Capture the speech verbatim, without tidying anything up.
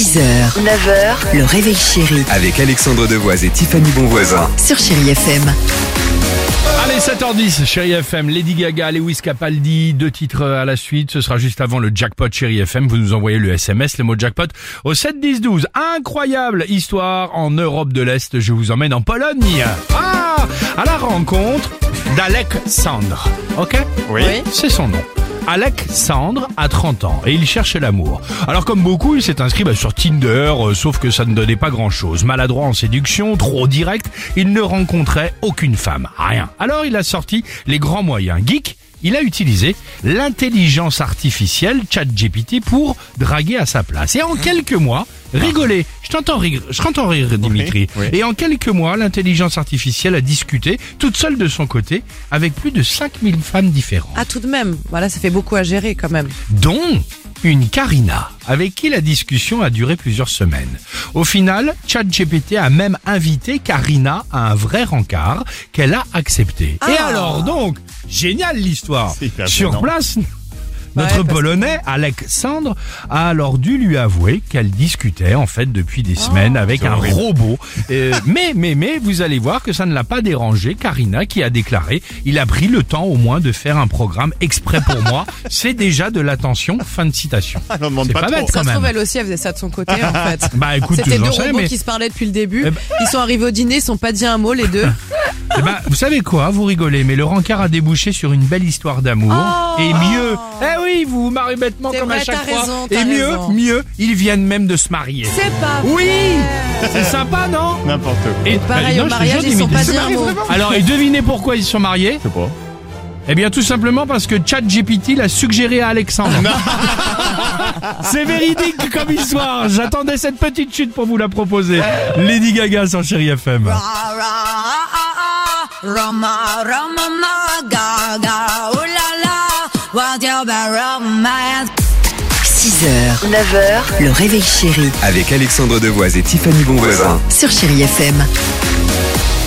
six heures, neuf heures, le réveil chéri Avec Alexandre Devoise et Tiffany Bonvoisin. sur Chéri F M. Allez, sept heures dix, Chéri F M, Lady Gaga, Lewis Capaldi, deux titres à la suite. Ce sera juste avant le jackpot Chéri F M. Vous nous envoyez le S M S, le mot jackpot, au sept dix douze. Incroyable histoire en Europe de l'Est. Je vous emmène en Pologne. Ah, à la rencontre d'Alexandre. Ok? Oui. C'est son nom. Alexandre a trente ans et il cherche l'amour. Alors comme beaucoup, il s'est inscrit bah, sur Tinder, euh, sauf que ça ne donnait pas grand-chose. Maladroit en séduction, trop direct, il ne rencontrait aucune femme, rien. Alors il a sorti les grands moyens. Geek, il a utilisé l'intelligence artificielle ChatGPT pour draguer à sa place. Et en quelques mois, rigoler, je t'entends rire, je t'entends rire Dimitri. Oui, oui. Et en quelques mois, l'intelligence artificielle a discuté, toute seule de son côté, avec plus de cinq mille femmes différentes. Ah, tout de même. Voilà, ça fait beaucoup à gérer quand même. Dont une Karina, avec qui la discussion a duré plusieurs semaines. Au final, ChatGPT a même invité Karina à un vrai rencard qu'elle a accepté. Ah. Et alors donc, génial l'histoire. C'est hyper Sur gênant. place, Ouais, notre parce que- Polonais, Alexandre, a alors dû lui avouer qu'elle discutait en fait depuis des semaines avec c'est un horrible. robot. Euh, mais, mais, mais, vous allez voir que ça ne l'a pas dérangé. Karina qui a déclaré, il a pris le temps au moins de faire un programme exprès pour moi. C'est déjà de l'attention. Fin de citation. Ah, n'en demande C'est pas pas trop. bête Ça quand se trouve, même. elle aussi, elle faisait ça de son côté, en fait. Bah écoute, C'était j'en deux sais, robots mais qui se parlaient depuis le début. Eh ben- Ils sont arrivés au dîner, ils sont pas dit un mot, les deux. eh ben, vous savez quoi, vous rigolez, mais le rencard a débouché sur une belle histoire d'amour. Oh. Et mieux, eh oui, vous vous marrez bêtement C'est comme vrai, à chaque t'as fois. raison, Et t'as mieux, raison. mieux, ils viennent même de se marier. C'est pas Oui, vrai. c'est sympa, non? N'importe quoi. Et Pareil, bah, au non, je te mariage, jure, ils sont Dimitri, pas ça dit un m'arrive mot. vraiment. Alors, et devinez pourquoi ils se sont mariés? Je sais pas. Eh bien, tout simplement parce que ChatGPT l'a suggéré à Alexandre. C'est véridique comme histoire. J'attendais cette petite chute pour vous la proposer. Lady Gaga sur Chéri F M. Roma, Roma, ma, Gaga, ooh la la, what's your bad romance? six heures, neuf heures, le réveil chéri Avec Alexandre Devoise et Tiffany Bonvoisin. sur Chéri F M.